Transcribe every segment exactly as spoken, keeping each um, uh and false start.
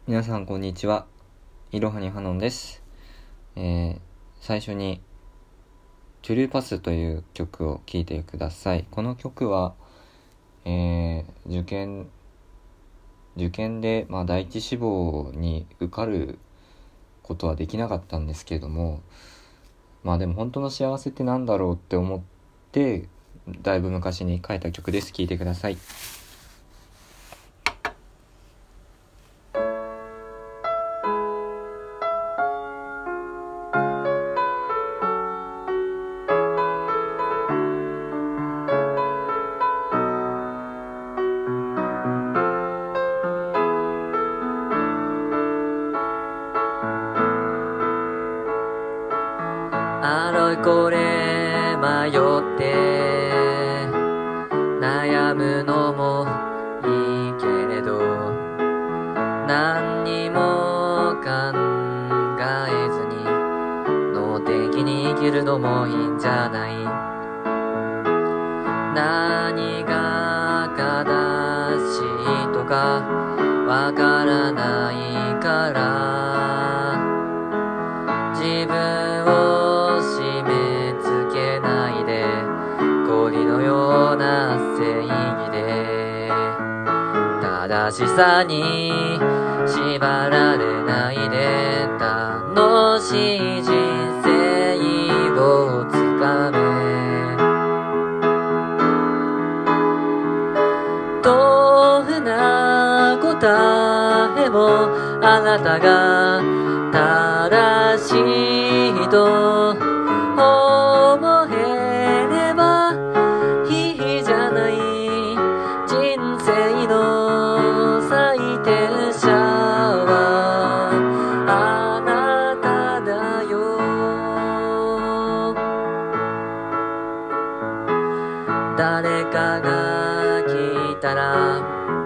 皆さんこんにちは。いろはにハノンです。えー、最初にトゥルーパスという曲を聴いてください。この曲は、えー、受験受験で、まあ、第一志望に受かることはできなかったんですけれども、まあでも本当の幸せってなんだろうって思ってだいぶ昔に書いた曲です。聴いてください。 あれこれ迷って悩むのもいいけれど、何にも考えずに能的に生きるのもいいんじゃない。何が正しいとかわからないから、自分を締め付けないで、氷のような正義で正しさに縛られないで、楽しい人生をつかめ。どんな答えもあなたが正しいと思えればいいじゃない。人生の最適者はあなただよ。誰かが聞いたら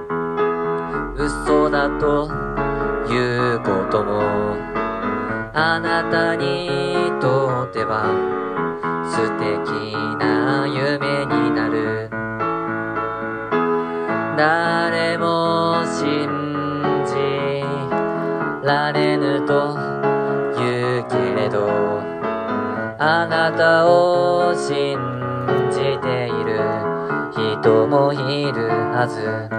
嘘だということも、あなたにとっては素敵な夢になる。誰も信じられぬと言うけれど、あなたを信じている人もいるはず。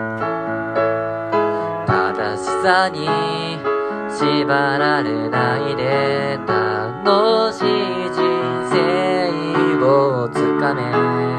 正しさに縛られないで、楽しい人生をつかめ。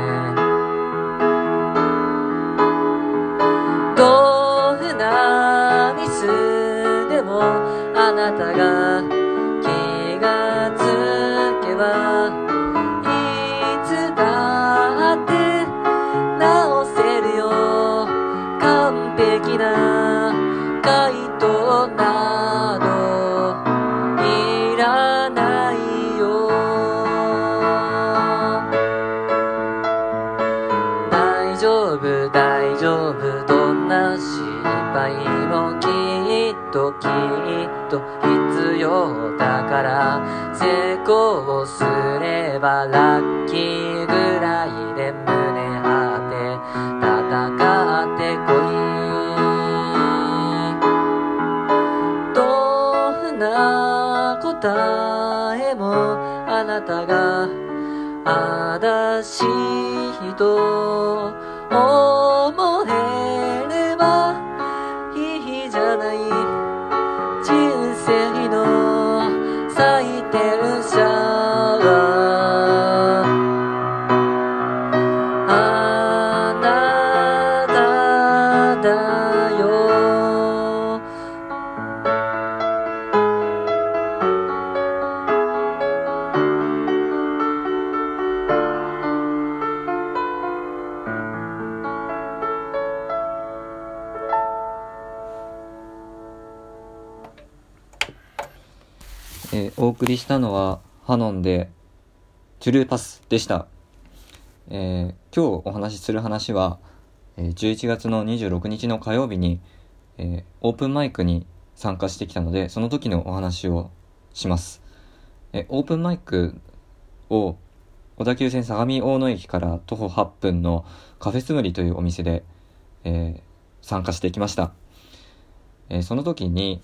どんなミスでもあなたが気がつけば、いつだって直せるよ。完璧な回答などいらないよ。大丈夫大丈夫、どんな失敗もきっときっと必要だから、成功すればラッキーぐらいで胸張って戦ってこい。どんな答えもあなたが正しいと思えればいいじゃない。人生の最適者はあなただよ。 えーお送りしたのはハノンでトゥルーパスでした。えー今日お話しする話は、えーじゅういちがつのにじゅうろくにちの火曜日に、えーオープンマイクに参加してきたので、その時のお話をします。えーオープンマイクを小田急線相模大野駅から徒歩はっぷんのカフェスムリというお店で、えー参加してきました。えーその時に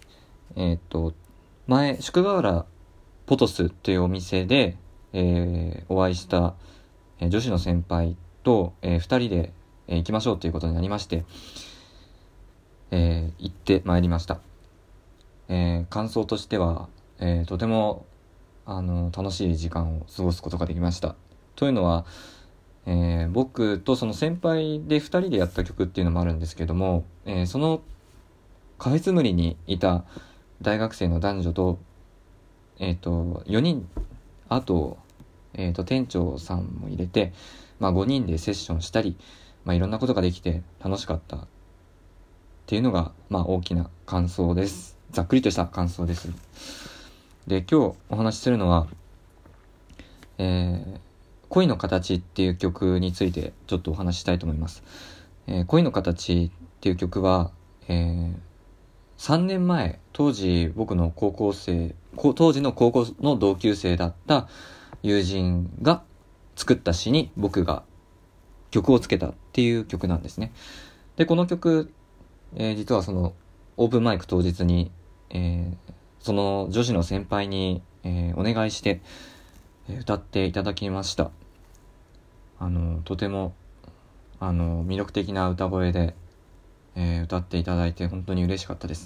えっと、前、宿河原ポトスというお店で、えーお会いした、えー女子の先輩と、えー、ふたりで、えー行きましょうということになりまして、えー行ってまいりました。えー感想としては、えーとてもあの楽しい時間を過ごすことができました。というのは、えー僕とその先輩でふたりでやった曲っていうのもあるんですけども、えーそのカフェツムリにいた大学生の男女と、えっと、よにん、あと、えっと、店長さんも入れて、まあごにんでセッションしたり、まあいろんなことができて楽しかったっていうのが、まあ大きな感想です。ざっくりとした感想です。で、今日お話しするのは、えー恋の形っていう曲についてちょっとお話ししたいと思います。えー恋の形っていう曲は、えーさんねんまえ、当時僕の高校生、こ当時の高校の同級生だった友人が作った詩に僕が曲をつけたっていう曲なんですね。で、この曲、えー実はそのオープンマイク当日に、えーその女子の先輩に、えーお願いして、えー歌っていただきました。あの、とても、あの、魅力的な歌声で、えー歌っていただいて本当に嬉しかったです。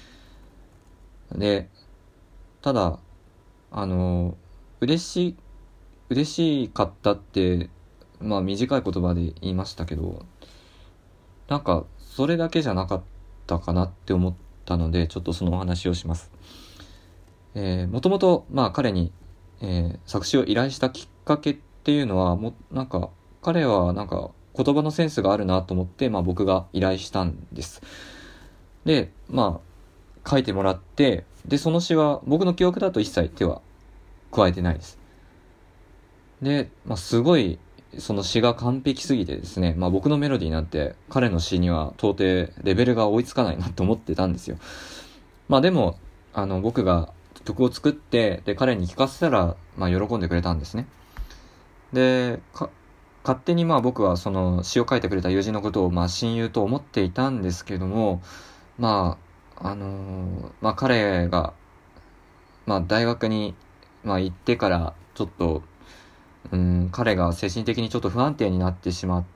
で、ただ、あの、嬉しい、嬉しかったって、まあ短い言葉で言いましたけど、なんか、それだけじゃなかったかなって思ったので、ちょっとそのお話をします。えー、もともと、まあ彼に、えー作詞を依頼したきっかけっていうのは、も、なんか、彼はなんか言葉のセンスがあるなと思って、まあ僕が依頼したんです。で、まあ、書いてもらって、で、その詩は僕の記憶だと一切手は加えてないです。で、まあすごい、その詩が完璧すぎてですね、まあ僕のメロディーなんて彼の詩には到底レベルが追いつかないなと思ってたんですよ。まあでも、あの僕が曲を作って、で、彼に聴かせたら、まあ喜んでくれたんですね。で、か、勝手にまあ僕はその詩を書いてくれた友人のことをまあ親友と思っていたんですけども、まあ、あのーまあ彼が、まあ大学に、まあ行ってからちょっと、うん、彼が精神的にちょっと不安定になってしまって、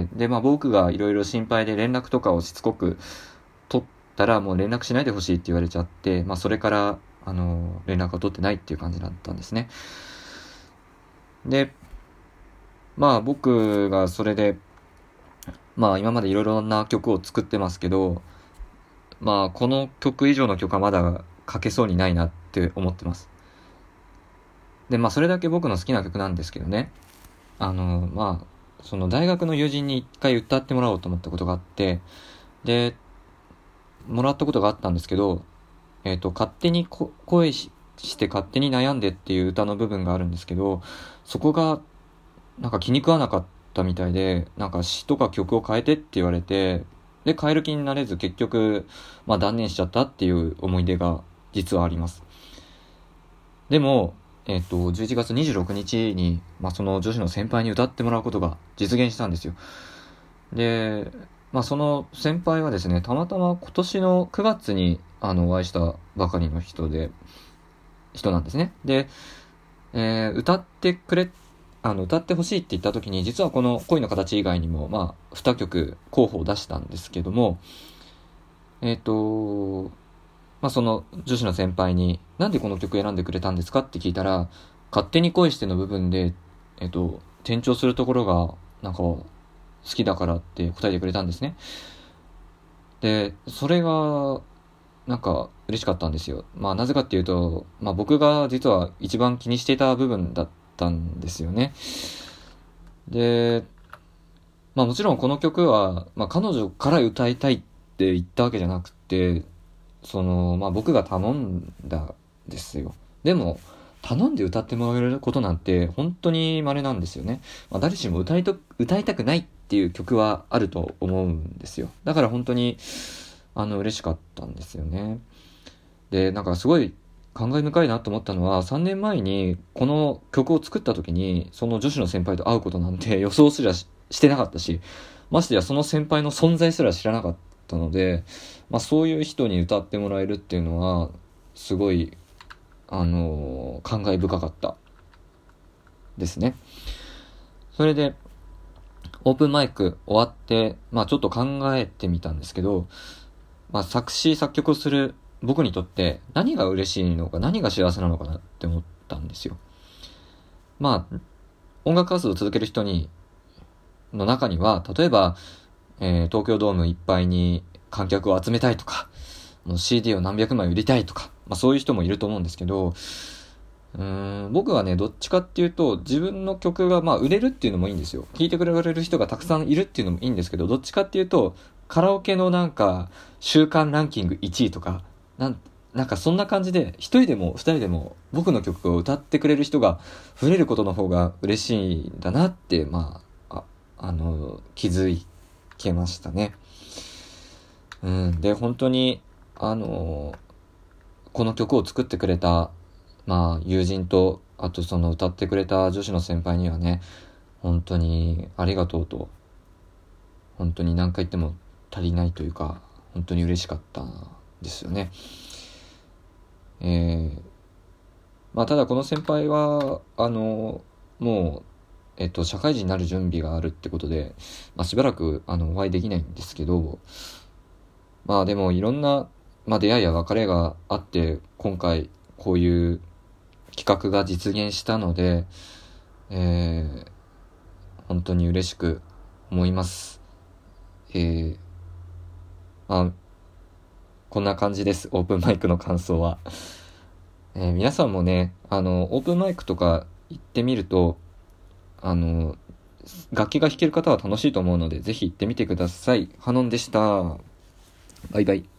で、まあ僕がいろいろ心配で連絡とかをしつこく取ったらもう連絡しないでほしいって言われちゃって、まあそれから、あの、連絡を取ってないっていう感じだったんですね。で、まあ僕がそれで、まあ今までいろいろな曲を作ってますけど、まあこの曲以上の曲はまだ書けそうにないなって思ってます。で、まあそれだけ僕の好きな曲なんですけどね。あの、まあ、その大学の友人に一回歌ってもらおうと思ったことがあって、で、もらったことがあったんですけど、えっと、勝手にこ恋しして勝手に悩んでっていう歌の部分があるんですけど、そこがなんか気に食わなかったみたいで、なんか詩とか曲を変えてって言われて、で、変える気になれず結局、まあ断念しちゃったっていう思い出が実はあります。でも、えっと、じゅういちがつにじゅうろくにちに、まあその女子の先輩に歌ってもらうことが実現したんですよ。で、まあその先輩はですね、たまたま今年のくがつにあのお会いしたばかりの人で、人なんですね。で、えー歌ってくれ、あの、歌ってほしいって言った時に、実はこの恋の形以外にも、まあ、にきょく候補を出したんですけども、えっと、まあその女子の先輩に、なんでこの曲選んでくれたんですかって聞いたら、勝手に恋しての部分で、えっと、転調するところが、なんか、好きだからって答えてくれたんですね。で、それが、なんか嬉しかったんですよ。まあなぜかっていうと、まあ僕が実は一番気にしていた部分だったんですよね。で、まあもちろんこの曲は、まあ彼女から歌いたいって言ったわけじゃなくて、その、まあ僕が頼んだんですよ。でも、頼んで歌ってもらえることなんて本当に稀なんですよね。まあ誰しも歌いと、歌いたくないっていう曲はあると思うんですよ。だから本当に、あの、嬉しかったんですよね。で、なんかすごい感慨深いなと思ったのは、さんねんまえにこの曲を作った時に、その女子の先輩と会うことなんて予想すらし、してなかったし、ましてやその先輩の存在すら知らなかっったので、まあ、そういう人に歌ってもらえるっていうのはすごい、あのー、感慨深かったですね。それでオープンマイク終わって、まあ、ちょっと考えてみたんですけど、まあ、作詞作曲をする僕にとって何が嬉しいのか、何が幸せなのかなって思ったんですよ。まあ音楽活動を続ける人にの中には、例えば、えー、東京ドームいっぱいに観客を集めたいとか、もう シーディー を何百枚売りたいとか、まあ、そういう人もいると思うんですけど、うーん僕はね、どっちかっていうと、自分の曲がまあ売れるっていうのもいいんですよ。聴いてくれる人がたくさんいるっていうのもいいんですけど、どっちかっていうと、カラオケのなんか週間ランキングいちいとか、なんなんかそんな感じで、一人でも二人でも僕の曲を歌ってくれる人が増えることの方が嬉しいんだなって、まあ、あ、あの、気づけましたね。うん、で、本当に、あの、この曲を作ってくれた、まあ、友人と、あとその歌ってくれた女子の先輩にはね、本当にありがとうと、本当に何回言っても足りないというか、本当に嬉しかったんですよね。えー、まあただこの先輩はあのもうえっと社会人になる準備があるってことで、まあ、しばらくあのお会いできないんですけど、まあでもいろんな、まあ、出会いや別れがあって今回こういう企画が実現したので、えー、本当に嬉しく思います。えー、まあこんな感じです。オープンマイクの感想は。えー、皆さんもね、あの、オープンマイクとか行ってみると、あの、楽器が弾ける方は楽しいと思うので、ぜひ行ってみてください。ハノンでした。バイバイ。